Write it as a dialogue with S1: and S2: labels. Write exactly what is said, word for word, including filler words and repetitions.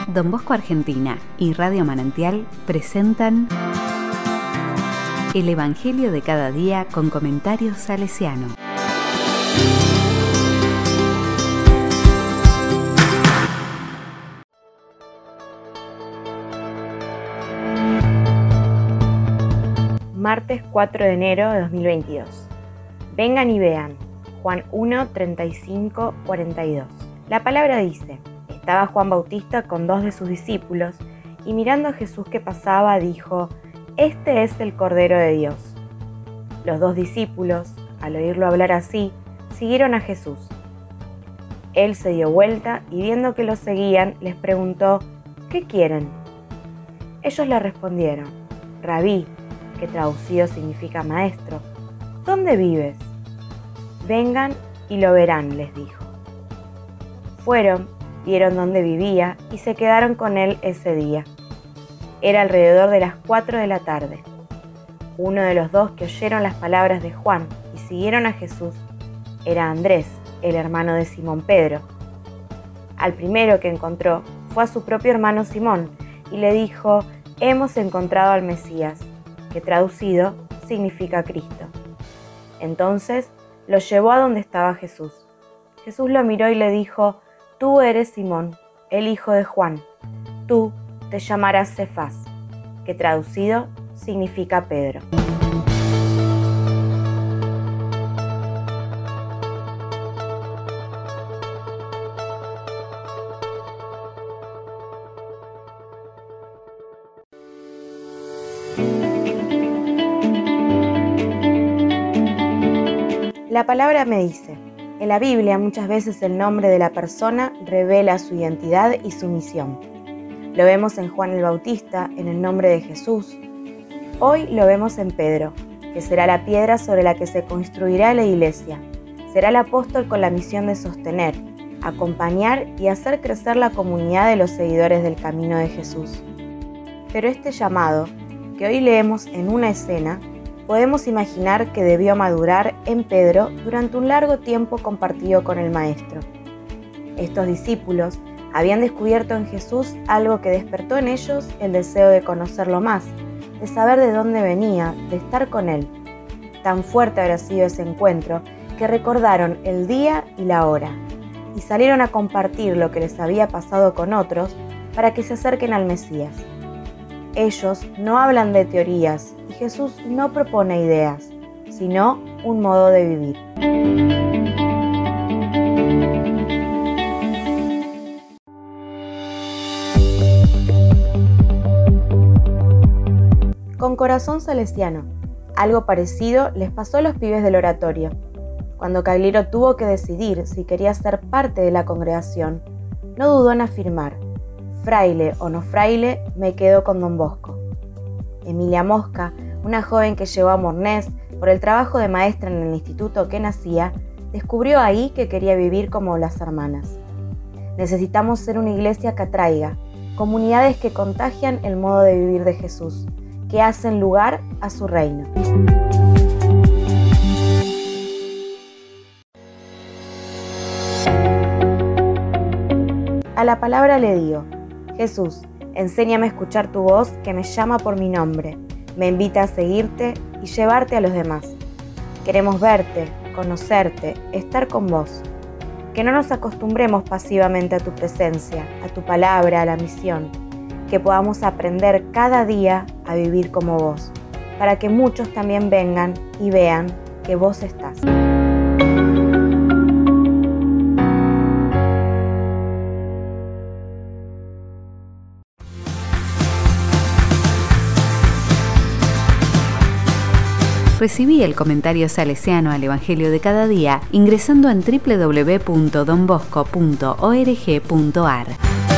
S1: Don Bosco Argentina y Radio Manantial presentan El Evangelio de cada día con comentarios salesiano.
S2: Martes cuatro de enero de dos mil veintidós. Vengan y vean. Juan uno, treinta y cinco, cuarenta y dos. La palabra dice: estaba Juan Bautista con dos de sus discípulos, y mirando a Jesús que pasaba, dijo: Este es el Cordero de Dios. Los dos discípulos, al oírlo hablar así, siguieron a Jesús. Él se dio vuelta y viendo que lo seguían, les preguntó: ¿Qué quieren? Ellos le respondieron: Rabí, que traducido significa maestro, ¿dónde vives? Vengan y lo verán, les dijo. Fueron, vieron dónde vivía y se quedaron con él ese día. Era alrededor de las cuatro de la tarde. Uno de los dos que oyeron las palabras de Juan y siguieron a Jesús era Andrés, el hermano de Simón Pedro. Al primero que encontró fue a su propio hermano Simón y le dijo: Hemos encontrado al Mesías, que traducido significa Cristo. Entonces lo llevó a donde estaba Jesús. Jesús lo miró y le dijo: Tú eres Simón, el hijo de Juan. Tú te llamarás Cefás, que traducido significa Pedro. La palabra me dice: en la Biblia muchas veces el nombre de la persona revela su identidad y su misión. Lo vemos en Juan el Bautista, en el nombre de Jesús. Hoy lo vemos en Pedro, que será la piedra sobre la que se construirá la iglesia. Será el apóstol con la misión de sostener, acompañar y hacer crecer la comunidad de los seguidores del camino de Jesús. Pero este llamado, que hoy leemos en una escena, podemos imaginar que debió madurar en Pedro durante un largo tiempo compartido con el Maestro. Estos discípulos habían descubierto en Jesús algo que despertó en ellos el deseo de conocerlo más, de saber de dónde venía, de estar con él. Tan fuerte habrá sido ese encuentro que recordaron el día y la hora, y salieron a compartir lo que les había pasado con otros para que se acerquen al Mesías. Ellos no hablan de teorías y Jesús no propone ideas, sino un modo de vivir. Con corazón salesiano, algo parecido les pasó a los pibes del oratorio. Cuando Cagliero tuvo que decidir si quería ser parte de la congregación, no dudó en afirmar: fraile o no fraile, me quedo con Don Bosco. Emilia Mosca, una joven que llegó a Mornés por el trabajo de maestra en el instituto que nacía, descubrió ahí que quería vivir como las hermanas. Necesitamos ser una iglesia que atraiga, comunidades que contagian el modo de vivir de Jesús, que hacen lugar a su reino. A la palabra le digo: Jesús, enséñame a escuchar tu voz que me llama por mi nombre, me invita a seguirte y llevarte a los demás. Queremos verte, conocerte, estar con vos. Que no nos acostumbremos pasivamente a tu presencia, a tu palabra, a la misión. Que podamos aprender cada día a vivir como vos, para que muchos también vengan y vean que vos estás.
S1: Recibí el comentario salesiano al Evangelio de cada día ingresando en doble u doble u doble u punto don bosco punto org punto a r.